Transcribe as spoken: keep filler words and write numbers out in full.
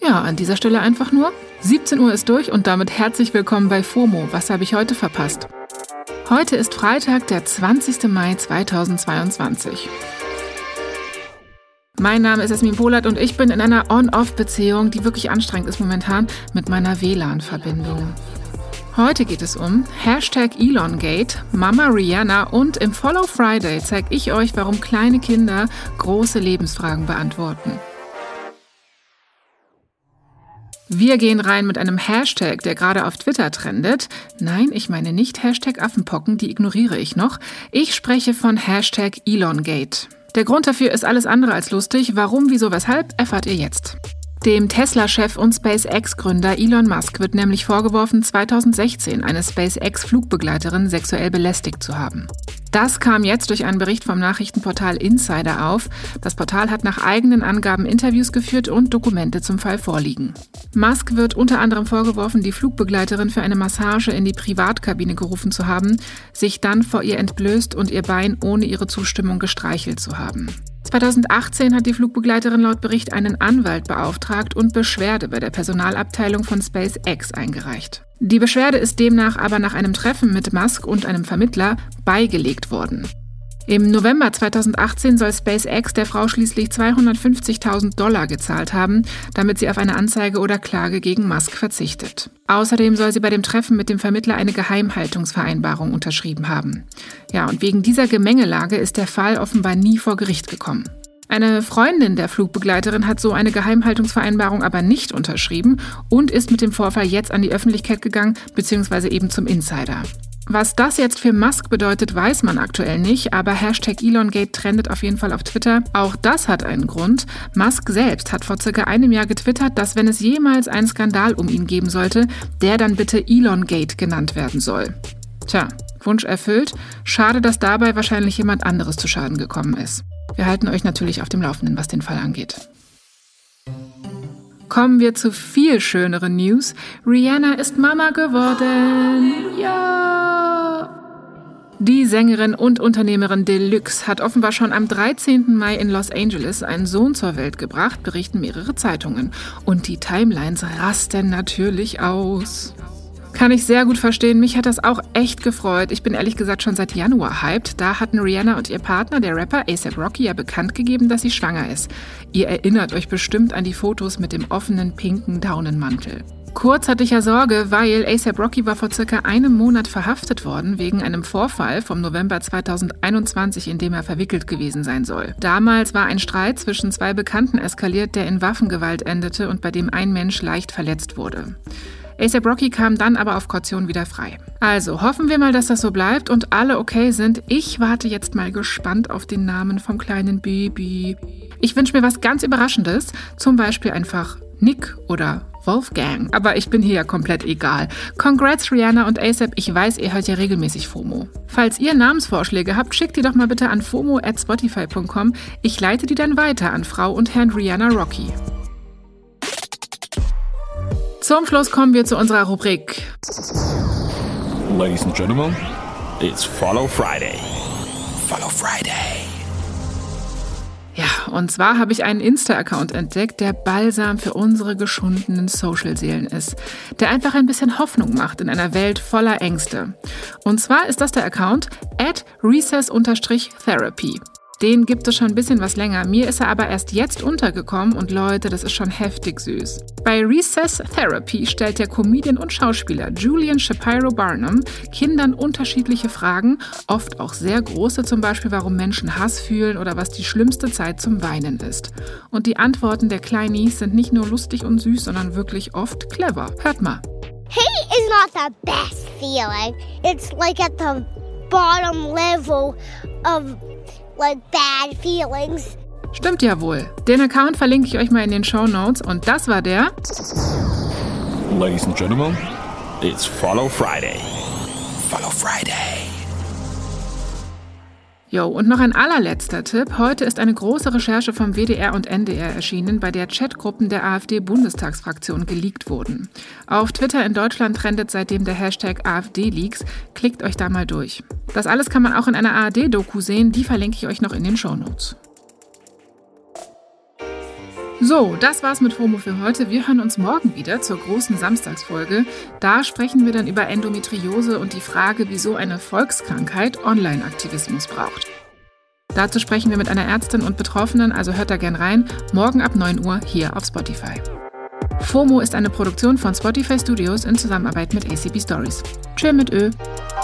Ja, an dieser Stelle einfach nur. siebzehn Uhr ist durch und damit herzlich willkommen bei FOMO. Was habe ich heute verpasst? Heute ist Freitag, der zwanzigster Mai zweitausendzweiundzwanzig. Mein Name ist Jasmin Polat und ich bin in einer On-Off-Beziehung, die wirklich anstrengend ist momentan, mit meiner W L A N-Verbindung. Heute geht es um Hashtag Elongate, Mama Rihanna und im Follow Friday zeige ich euch, warum kleine Kinder große Lebensfragen beantworten. Wir gehen rein mit einem Hashtag, der gerade auf Twitter trendet. Nein, ich meine nicht Hashtag Affenpocken, die ignoriere ich noch. Ich spreche von Hashtag Elongate. Der Grund dafür ist alles andere als lustig. Warum, wieso, weshalb, erfahrt ihr jetzt. Dem Tesla-Chef und SpaceX-Gründer Elon Musk wird nämlich vorgeworfen, zweitausendsechzehn eine SpaceX-Flugbegleiterin sexuell belästigt zu haben. Das kam jetzt durch einen Bericht vom Nachrichtenportal Insider auf. Das Portal hat nach eigenen Angaben Interviews geführt und Dokumente zum Fall vorliegen. Musk wird unter anderem vorgeworfen, die Flugbegleiterin für eine Massage in die Privatkabine gerufen zu haben, sich dann vor ihr entblößt und ihr Bein ohne ihre Zustimmung gestreichelt zu haben. zweitausendachtzehn hat die Flugbegleiterin laut Bericht einen Anwalt beauftragt und Beschwerde bei der Personalabteilung von SpaceX eingereicht. Die Beschwerde ist demnach aber nach einem Treffen mit Musk und einem Vermittler beigelegt worden. Im November zweitausendachtzehn soll SpaceX der Frau schließlich zweihundertfünfzigtausend Dollar gezahlt haben, damit sie auf eine Anzeige oder Klage gegen Musk verzichtet. Außerdem soll sie bei dem Treffen mit dem Vermittler eine Geheimhaltungsvereinbarung unterschrieben haben. Ja, und wegen dieser Gemengelage ist der Fall offenbar nie vor Gericht gekommen. Eine Freundin der Flugbegleiterin hat so eine Geheimhaltungsvereinbarung aber nicht unterschrieben und ist mit dem Vorfall jetzt an die Öffentlichkeit gegangen, beziehungsweise eben zum Insider. Was das jetzt für Musk bedeutet, weiß man aktuell nicht, aber Hashtag Elongate trendet auf jeden Fall auf Twitter. Auch das hat einen Grund. Musk selbst hat vor circa einem Jahr getwittert, dass wenn es jemals einen Skandal um ihn geben sollte, der dann bitte Elongate genannt werden soll. Tja, Wunsch erfüllt. Schade, dass dabei wahrscheinlich jemand anderes zu Schaden gekommen ist. Wir halten euch natürlich auf dem Laufenden, was den Fall angeht. Kommen wir zu viel schöneren News. Rihanna ist Mama geworden. Ja! Die Sängerin und Unternehmerin Deluxe hat offenbar schon am dreizehnten Mai in Los Angeles einen Sohn zur Welt gebracht, berichten mehrere Zeitungen. Und die Timelines rasten natürlich aus. Kann ich sehr gut verstehen. Mich hat das auch echt gefreut. Ich bin ehrlich gesagt schon seit Januar hyped. Da hatten Rihanna und ihr Partner, der Rapper A$AP Rocky, ja bekannt gegeben, dass sie schwanger ist. Ihr erinnert euch bestimmt an die Fotos mit dem offenen pinken Daunenmantel. Kurz hatte ich ja Sorge, weil A$AP Rocky war vor circa einem Monat verhaftet worden wegen einem Vorfall vom November zweitausendeinundzwanzig, in dem er verwickelt gewesen sein soll. Damals war ein Streit zwischen zwei Bekannten eskaliert, der in Waffengewalt endete und bei dem ein Mensch leicht verletzt wurde. A$AP Rocky kam dann aber auf Kaution wieder frei. Also hoffen wir mal, dass das so bleibt und alle okay sind. Ich warte jetzt mal gespannt auf den Namen vom kleinen Baby. Ich wünsche mir was ganz Überraschendes, zum Beispiel einfach Nick oder Wolfgang. Aber ich bin hier ja komplett egal. Congrats Rihanna und A$AP, ich weiß, ihr hört ja regelmäßig FOMO. Falls ihr Namensvorschläge habt, schickt die doch mal bitte an fomo at spotify punkt com. Ich leite die dann weiter an Frau und Herrn Rihanna Rocky. Zum Schluss kommen wir zu unserer Rubrik. Ladies and Gentlemen, it's Follow Friday. Follow Friday. Ja, und zwar habe ich einen Insta-Account entdeckt, der Balsam für unsere geschundenen Social-Seelen ist, der einfach ein bisschen Hoffnung macht in einer Welt voller Ängste. Und zwar ist das der Account at recess therapy. Den gibt es schon ein bisschen was länger. Mir ist er aber erst jetzt untergekommen und Leute, das ist schon heftig süß. Bei Recess Therapy stellt der Comedian und Schauspieler Julian Shapiro Barnum Kindern unterschiedliche Fragen, oft auch sehr große, zum Beispiel warum Menschen Hass fühlen oder was die schlimmste Zeit zum Weinen ist. Und die Antworten der Kleinies sind nicht nur lustig und süß, sondern wirklich oft clever. Hört mal. Hate is not the best feeling. It's like at the bottom level of like bad feelings. Stimmt ja wohl. Den Account verlinke ich euch mal in den Shownotes und das war der Ladies and Gentlemen, it's Follow Friday. Follow Friday. Jo, und noch ein allerletzter Tipp. Heute ist eine große Recherche vom W D R und N D R erschienen, bei der Chatgruppen der AfD-Bundestagsfraktion geleakt wurden. Auf Twitter in Deutschland trendet seitdem der Hashtag AfD-Leaks. Klickt euch da mal durch. Das alles kann man auch in einer A R D-Doku sehen, die verlinke ich euch noch in den Shownotes. So, das war's mit FOMO für heute. Wir hören uns morgen wieder zur großen Samstagsfolge. Da sprechen wir dann über Endometriose und die Frage, wieso eine Volkskrankheit Online-Aktivismus braucht. Dazu sprechen wir mit einer Ärztin und Betroffenen, also hört da gern rein. Morgen ab neun Uhr hier auf Spotify. FOMO ist eine Produktion von Spotify Studios in Zusammenarbeit mit A C B Stories. Tschö mit Ö.